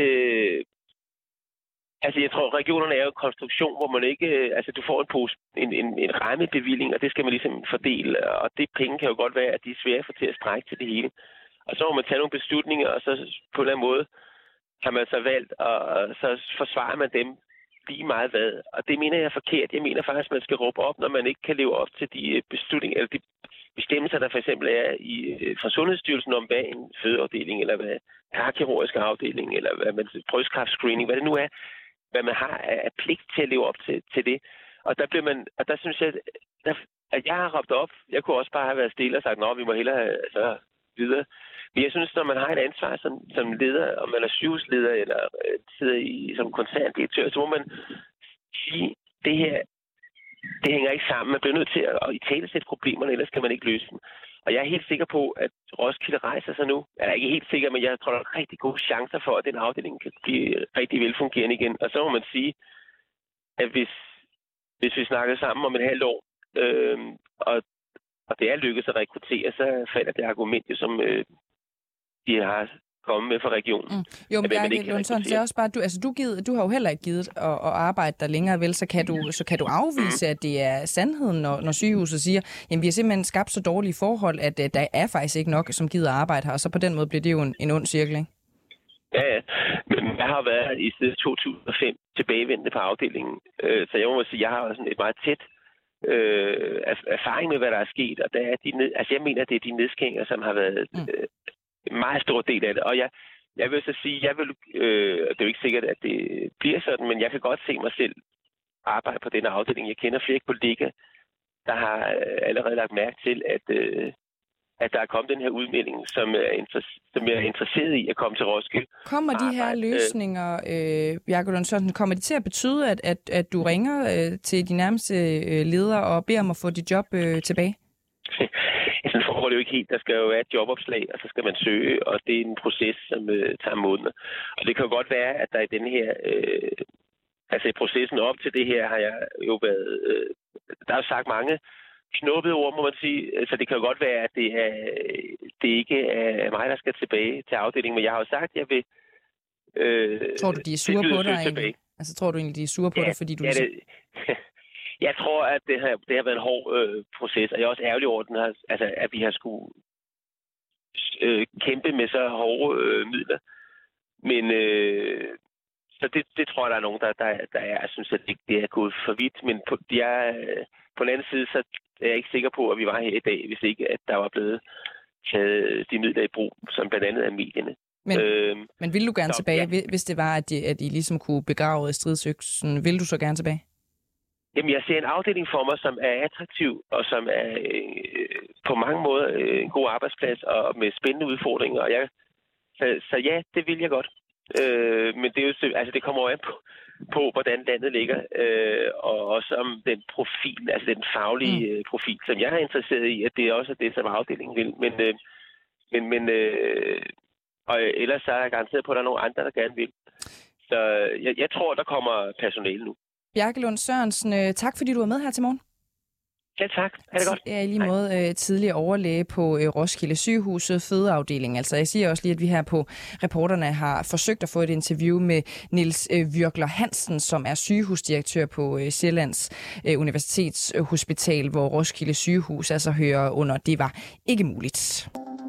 Speaker 10: jeg tror, regionerne er jo en konstruktion, hvor man ikke... du får en rammebevilling, og det skal man ligesom fordele. Og det penge kan jo godt være, at de er svære at få til at strække til det hele. Og så må man tage nogle beslutninger, og så på en eller anden måde har man så valgt, og så forsvarer man dem lige meget hvad. Og det mener jeg er forkert. Jeg mener faktisk, at man skal råbe op, når man ikke kan leve op til de beslutninger, eller de bestemmelser, der for eksempel er fra Sundhedsstyrelsen om, hvad en fødeafdeling, eller hvad herkirurgisk afdeling, eller hvad man brystkræftscreening, hvad det nu er, hvad man har af pligt til at leve op til det. Og der bliver man, og der synes jeg, at jeg har råbt op. Jeg kunne også bare have været stille og sagt, vi må hellere videre. Men jeg synes, når man har et ansvar som leder, om man er sygehusleder eller sidder som koncerndirektør, så må man sige, det her, det hænger ikke sammen. Man bliver nødt til at italesætte problemerne, ellers kan man ikke løse dem. Og jeg er helt sikker på, at Roskilde rejser sig nu. Jeg er ikke helt sikker, men jeg tror, der er rigtig gode chancer for, at den afdeling kan blive rigtig velfungerende igen. Og så må man sige, at hvis vi snakker sammen om et halvt år, og det er lykkedes at rekruttere, så falder det argument, som de har kommet med fra regionen.
Speaker 1: Jo, men Bjarke Lund Sørensen, det er også bare, du har jo heller ikke givet at arbejde der længere, vel, så kan du afvise, at det er sandheden, når sygehuset siger, jamen vi har simpelthen skabt så dårlige forhold, at der er faktisk ikke nok, som gider arbejde her, og så på den måde bliver det jo en ond cirkel, ikke?
Speaker 10: Ja, men jeg har været i siden 2005 tilbagevendende på afdelingen, så jeg må sige, jeg har sådan et meget tæt erfaring med, hvad der er sket, og der er jeg mener, at det er de nedskæringer, som har været en meget stor del af det. Og jeg vil så sige, det er jo ikke sikkert, at det bliver sådan, men jeg kan godt se mig selv arbejde på denne afdeling. Jeg kender flere kollegaer, der har allerede lagt mærke til, at der er kommet den her udmelding, som jeg er interesseret i at komme til Roskilde.
Speaker 1: Kommer de her løsninger, Bjarke Lund Sørensen, kommer de til at betyde, at du ringer til de nærmeste ledere og beder om at få dit job tilbage?
Speaker 10: Sådan foregår det jo ikke helt. Der skal jo være et jobopslag, og så skal man søge, og det er en proces, som tager måneder. Og det kan jo godt være, at der i denne her... Altså i processen op til det her har jeg jo været... der er jo sagt mange knubbede ord, må man sige. Så det kan jo godt være, at det ikke er mig, der skal tilbage til afdelingen. Men jeg har jo sagt, at jeg vil...
Speaker 1: tror du, de er sure på dig egentlig? Altså tror du egentlig, de er sure på dig, fordi du...
Speaker 10: Jeg tror, at det har været en hård proces, og jeg er også ærgerlig over, at vi har skulle kæmpe med så hårde midler. Men så det tror jeg, der er nogen, der er. Jeg synes, at det er gået for vidt. Men på den anden side, så er jeg ikke sikker på, at vi var her i dag, hvis ikke at der var blevet taget de midler i brug, som blandt andet af medierne.
Speaker 1: Men vil du gerne tilbage, hvis det var, at I ligesom kunne begrave stridsøksen? Vil du så gerne tilbage?
Speaker 10: Jamen, jeg ser en afdeling for mig, som er attraktiv, og som er på mange måder en god arbejdsplads, og med spændende udfordringer. Og så ja, det vil jeg godt. Men det er jo, altså det kommer jo an på, hvordan landet ligger, og også om den profil, altså den faglige profil, som jeg er interesseret i, at det også er det, som afdelingen vil. Men og ellers så er jeg garanteret på, at der er nogle andre, der gerne vil. Så jeg tror, der kommer personale nu.
Speaker 1: Bjarke Lund Sørensen, tak fordi du var med her til morgen.
Speaker 10: Ja, tak. Ha' det godt.
Speaker 1: Jeg er i lige måde tidligere overlæge på Roskilde Sygehuset, fødeafdeling. Altså, jeg siger også lige, at vi her på Reporterne har forsøgt at få et interview med Niels Würgler Hansen, som er sygehusdirektør på Sjællands Universitetshospital, hvor Roskilde Sygehus altså hører under. Det var ikke muligt.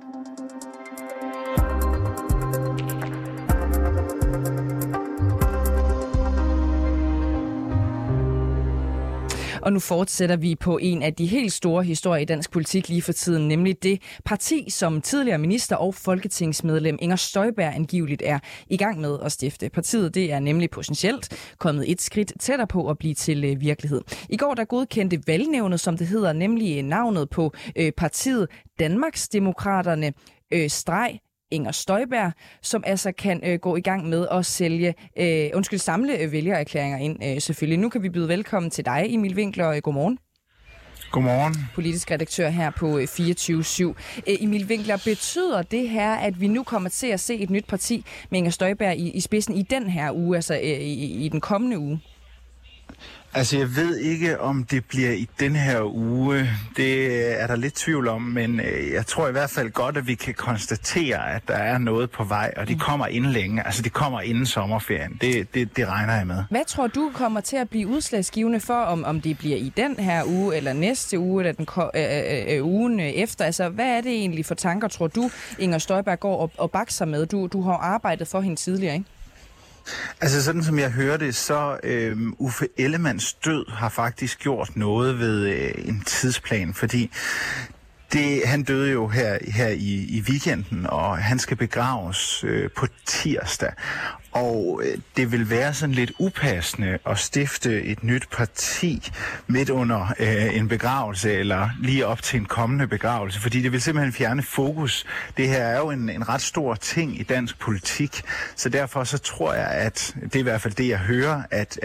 Speaker 1: Og nu fortsætter vi på en af de helt store historier i dansk politik lige for tiden, nemlig det parti, som tidligere minister og folketingsmedlem Inger Støjberg angiveligt er i gang med at stifte. Partiet det er nemlig potentielt kommet et skridt tættere på at blive til virkelighed. I går der godkendte valgnævnet, som det hedder, nemlig navnet på partiet Danmarksdemokraterne Inger Støjberg, som altså kan gå i gang med at samle vælgererklæringer ind selvfølgelig. Nu kan vi byde velkommen til dig, Emil Winkler. Godmorgen.
Speaker 11: Godmorgen.
Speaker 1: Politisk redaktør her på 24/7. Emil Winkler, betyder det her, at vi nu kommer til at se et nyt parti med Inger Støjberg i spidsen i den her uge, altså i den kommende uge?
Speaker 11: Altså, jeg ved ikke, om det bliver i den her uge. Det er der lidt tvivl om, men jeg tror i hvert fald godt, at vi kan konstatere, at der er noget på vej, og de kommer inden længe. Altså, de kommer inden sommerferien. Det regner jeg med. Hvad
Speaker 1: tror du kommer til at blive udslagsgivende for, om det bliver i den her uge, eller næste uge, eller ugen efter? Altså, hvad er det egentlig for tanker, tror du, Inger Støjberg går og bakser med? Du har arbejdet for hende tidligere, ikke?
Speaker 11: Altså sådan som jeg hørte, så Uffe Ellemanns død har faktisk gjort noget ved en tidsplan, fordi han døde jo her i weekenden, og han skal begraves på tirsdag. Og det vil være sådan lidt upassende at stifte et nyt parti midt under en begravelse, eller lige op til en kommende begravelse, fordi det vil simpelthen fjerne fokus. Det her er jo en ret stor ting i dansk politik, så derfor så tror jeg, at det er i hvert fald det, jeg hører,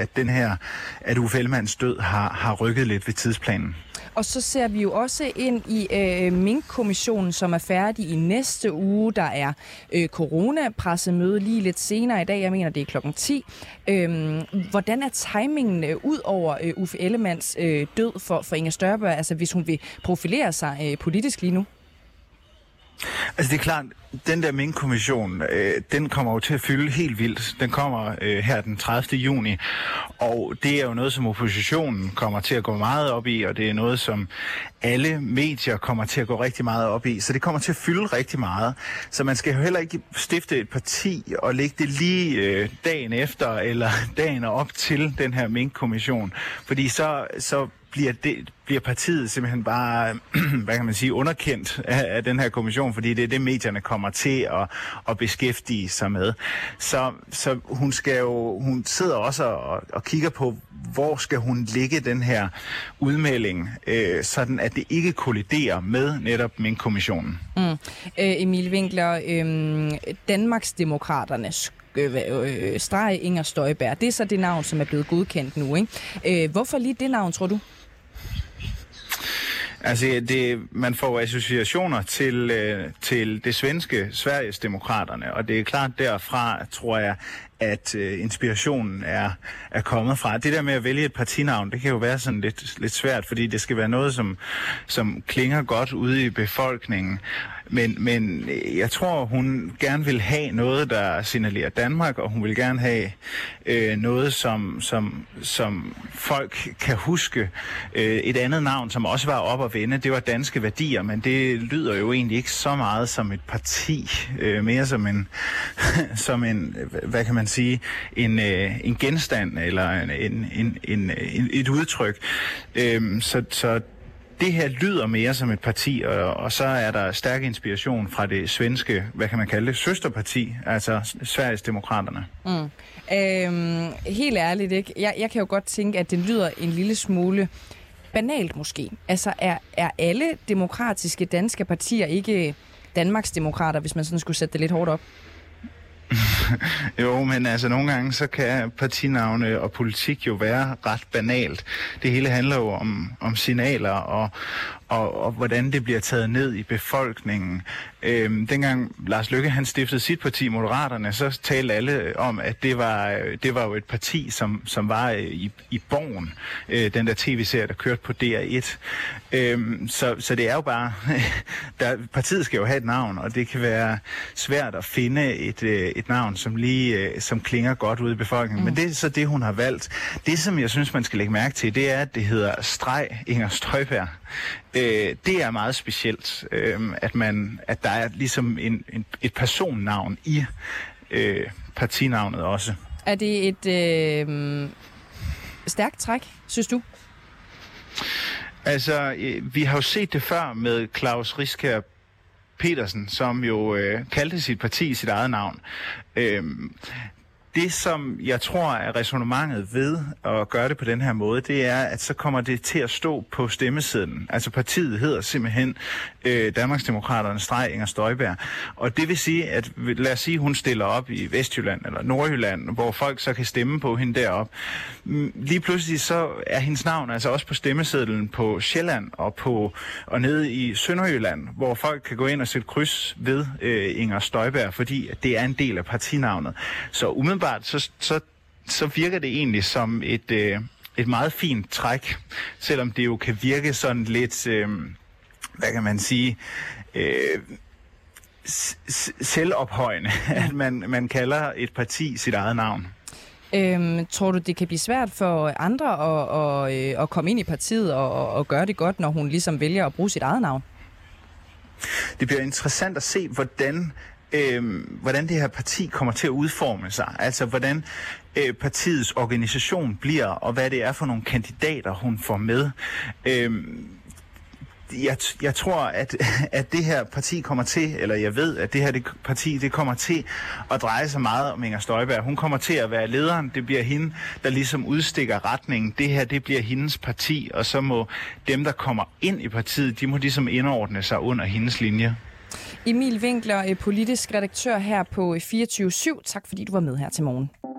Speaker 11: at Uffe Ellemanns død har rykket lidt ved tidsplanen.
Speaker 1: Og så ser vi jo også ind i Mink-kommissionen, som er færdig i næste uge. Der er coronapressemøde lige lidt senere i dag. Jeg mener, det er klokken 10. Hvordan er timingen ud over Uffe Ellemanns død for Inger Støjberg, altså hvis hun vil profilere sig politisk lige nu?
Speaker 11: Altså det er klart, den der Mink-kommission, den kommer jo til at fylde helt vildt. Den kommer her den 30. juni, og det er jo noget, som oppositionen kommer til at gå meget op i, og det er noget, som alle medier kommer til at gå rigtig meget op i. Så det kommer til at fylde rigtig meget. Så man skal jo heller ikke stifte et parti og lægge det lige dagen efter, eller dagen op til den her Mink-kommission, fordi så bliver partiet simpelthen bare, hvad kan man sige, underkendt af den her kommission, fordi det er det, medierne kommer til at beskæftige sig med. Så hun sidder også og kigger på, hvor skal hun lægge den her udmelding, sådan at det ikke kolliderer med netop Mink-kommissionen.
Speaker 1: Emil Winkler, Danmarksdemokraterne streg Inger Støjberg, det er så det navn, som er blevet godkendt nu, ikke? Hvorfor lige det navn, tror du?
Speaker 11: Altså, man får associationer til det svenske Sverigesdemokraterne, og det er klart derfra, tror jeg, at inspirationen er kommet fra. Det der med at vælge et partinavn, det kan jo være sådan lidt svært, fordi det skal være noget, som klinger godt ude i befolkningen. Men jeg tror, hun gerne vil have noget, der signalerer Danmark, og hun vil gerne have noget, som folk kan huske. Et andet navn, som også var op at vende, det var Danske Værdier, men det lyder jo egentlig ikke så meget som et parti, mere som en hvad kan man sige, en genstand eller et udtryk. Så det her lyder mere som et parti, og så er der stærk inspiration fra det svenske, hvad kan man kalde det, søsterparti, altså Sverigesdemokraterne.
Speaker 1: Helt ærligt, ikke? Jeg kan jo godt tænke, at det lyder en lille smule banalt måske. Altså, er alle demokratiske danske partier ikke Danmarksdemokrater, hvis man sådan skulle sætte det lidt hårdt op?
Speaker 11: Jo, men altså nogle gange så kan partinavne og politik jo være ret banalt. Det hele handler jo om signaler og hvordan det bliver taget ned i befolkningen. Dengang Lars Løkke han stiftede sit parti, Moderaterne, så talte alle om, at det var jo et parti, som var i Borgen, den der tv-serie, der kørte på DR1. Så det er jo bare, partiet skal jo have et navn, og det kan være svært at finde et navn, som klinger godt ude i befolkningen. Men det er så det, hun har valgt. Det, som jeg synes, man skal lægge mærke til, det er, at det hedder streg Inger Støjberg. Det er meget specielt, at der er ligesom et personnavn i partinavnet også.
Speaker 1: Er det et stærkt træk, synes du?
Speaker 11: Altså, vi har jo set det før med Claus Riskær Petersen, som jo kaldte sit parti sit eget navn. Det, som jeg tror er ræsonnementet ved at gøre det på den her måde, det er, at så kommer det til at stå på stemmesedlen. Altså partiet hedder simpelthen Danmarksdemokraterne streg Inger Støjberg. Og det vil sige, at lad os sige, hun stiller op i Vestjylland eller Nordjylland, hvor folk så kan stemme på hende derop. Lige pludselig så er hendes navn altså også på stemmesedlen på Sjælland og nede i Sønderjylland, hvor folk kan gå ind og sætte kryds ved Inger Støjberg, fordi det er en del af partinavnet. Så umiddelbart så virker det egentlig som et meget fint træk, selvom det jo kan virke sådan lidt, hvad kan man sige, selvophøjende, at man kalder et parti sit eget navn.
Speaker 1: Tror du, det kan blive svært for andre at komme ind i partiet og gøre det godt, når hun ligesom vælger at bruge sit eget navn?
Speaker 11: Det bliver interessant at se, hvordan det her parti kommer til at udforme sig. Altså, hvordan partiets organisation bliver, og hvad det er for nogle kandidater, hun får med. Jeg tror, at det her parti kommer til, eller jeg ved, at det her parti det kommer til at dreje sig meget om Inger Støjberg. Hun kommer til at være lederen. Det bliver hende, der ligesom udstikker retningen. Det her, det bliver hendes parti, og så må dem, der kommer ind i partiet, de må ligesom indordne sig under hendes linje.
Speaker 1: Emil Winkler, politisk redaktør her på 24/7. Tak fordi du var med her til morgen.